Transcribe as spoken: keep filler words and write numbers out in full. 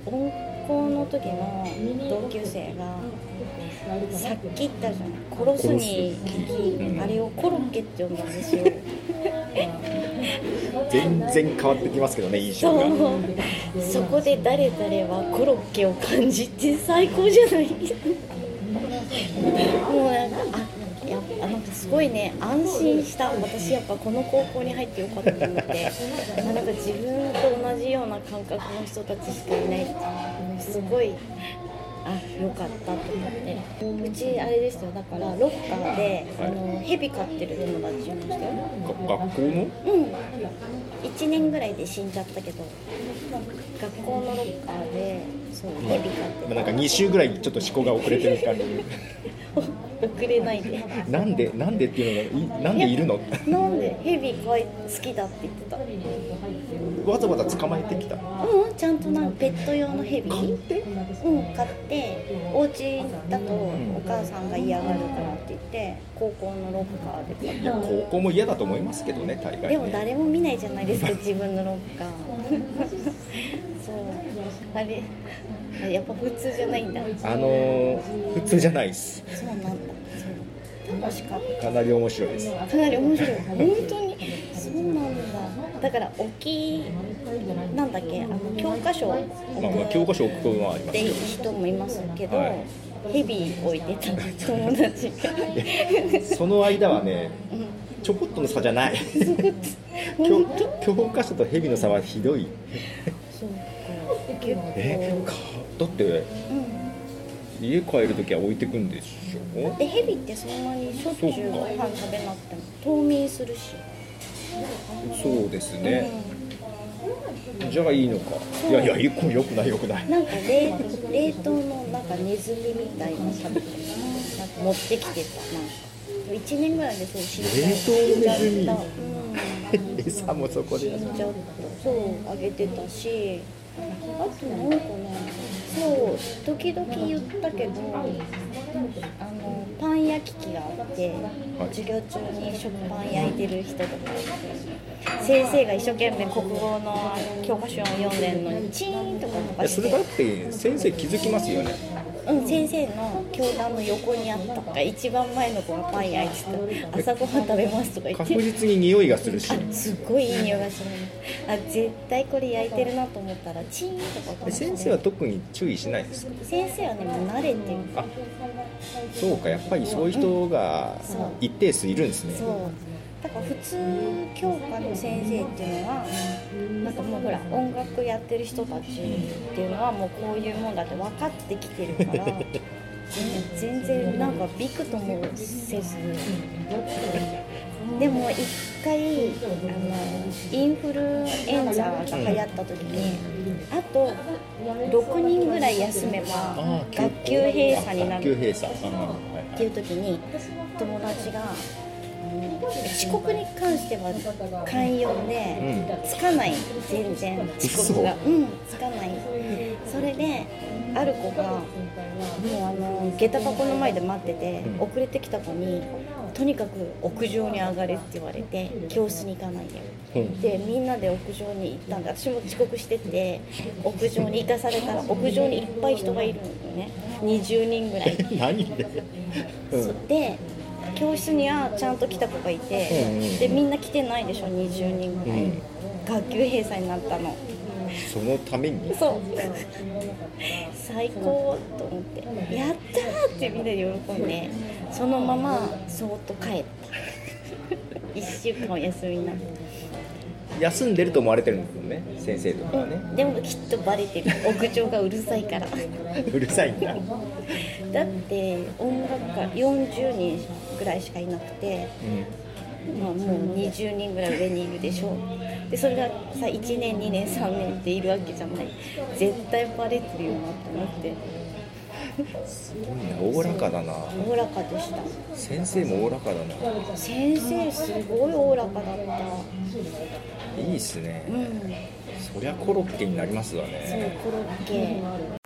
音校の時の同級生がさっき言ったじゃん、殺すにあれをコロッケって呼んだんですよ。 全然変わってきますけどね、印象が。 そ, そこで誰々はコロッケを感じて最高じゃない。もうなんかあやっぱなんかすごいね、安心した。私やっぱこの高校に入ってよかったと思ってあなんか自分と同じような感覚の人たちしかいないっていうのすごいあよかったと思って。うちあれですよ、だからロッカーで、はい、あのヘビ飼ってる友達いましたよ。 学校の？うん。 いちねんぐらいで死んじゃったけど、学校のロッカーでそうヘビ飼ってる。 なんかに週ぐらいちょっと思考が遅れてる感じ。 遅れないで。 なんでなんでっていうのがなんでいるの？ なんでヘビ好きだって言ってた。 わざわざ捕まえてきた。 うん、ちゃんとなんかペット用のヘビ。 買って？ うん、買って、お家だとお母さんが嫌がるからって言って高校のロッカーで買った。 いや高校も嫌だと思いますけどね、大概ね。 でも誰も見ないじゃないですか自分のロッカー。そうあれやっぱ普通じゃないんだ。あのー、普通じゃないです。 そうなんだ。そう楽しかった。 かなり面白いです。 かなり面白い。本当にそうなんだ。だから大きいなんだっけあの教科書を置く、 まあ、まあ教科書を置くのはありますけど。 って人もいますけど、はい、ヘビ置いてた友達が。 その間はね、うん、ちょこっとの差じゃない。教, 教科書とヘビの差はひどい。 そうか。 えかだって、うん、家帰るときは置いてくんでしょ。 でヘビってそんなにしょっちゅうご飯食べなくても冬眠するし。 そうですね、うん、じゃあいいのか。いやいやよくよくないよくない。 なんか 冷, 冷凍のなんかネズミみたいな食べてなんか持ってきてた。なんかいちねんぐらいでそう死んじゃった。 冷凍のネズミ、 うん、 餌もそこでやる。 そうあげてたし、あとなんかね、そう時々言ったけど、あのパン焼き器があって、はい、授業中に食パン焼いてる人とか先生が一生懸命国語の教科書を読んでるのにチーンとかとかして。 それだって先生気づきますよね。 うん、先生の教壇の横にあったから一番前の子がパン焼いてた。朝ごはん食べますとか言って。 確実に匂いがするし。 すっごいいい匂いがする。あ絶対これ焼いてるなと思ったらチーンとか。 先生は特に注意しないですか？ 先生はねもう慣れてる。 あそうか、やっぱりそういう人が一定数いるんですね。 そうだから普通教科の先生っていうのはなんかもうほら音楽やってる人たちっていうのはもうこういうもんだって分かってきてるから全然なんかびくともせず。でも一回あのインフルエンザが流行った時に、あとろくにんぐらい休めば学級閉鎖になるっていう時に友達が遅刻に関しては寛容で、うん、つかない全然遅刻がうんつかない。それである子がもうあの下駄箱の前で待ってて、うん、遅れてきた子にとにかく屋上に上がれって言われて教室に行かないで、うん、でみんなで屋上に行ったんで、私も遅刻してて屋上に行かされたら屋上にいっぱい人がいるのね。にじゅうにんぐらい。 何で、 うん、で教室にはちゃんと来た子がいて、うんうん、でみんな来てないでしょにじゅうにんぐらい、うん、学級閉鎖になったの。 そのためにそう最高と思ってやったーってみんなで喜んでそのままそーっと帰ったいっしゅうかんお休みになって。 休んでると思われてるんですよね、先生とかはね、 うん、でもきっとバレてる。屋上がうるさいからうるさいんだ。 だって音楽科よんじゅうにんぐらいしかいなくて、うんまあ、もうにじゅうにんぐらい上にいるでしょ。でそれがさいちねんにねんさんねんっているわけじゃない。絶対バレてるよなと思ってすごいな、おおらかだな。 おおらかでした。 先生もおおらかだな。 先生すごいおおらかだった。 いいっすね、 うん、 そりゃコロッケになりますわね。 そうコロッケ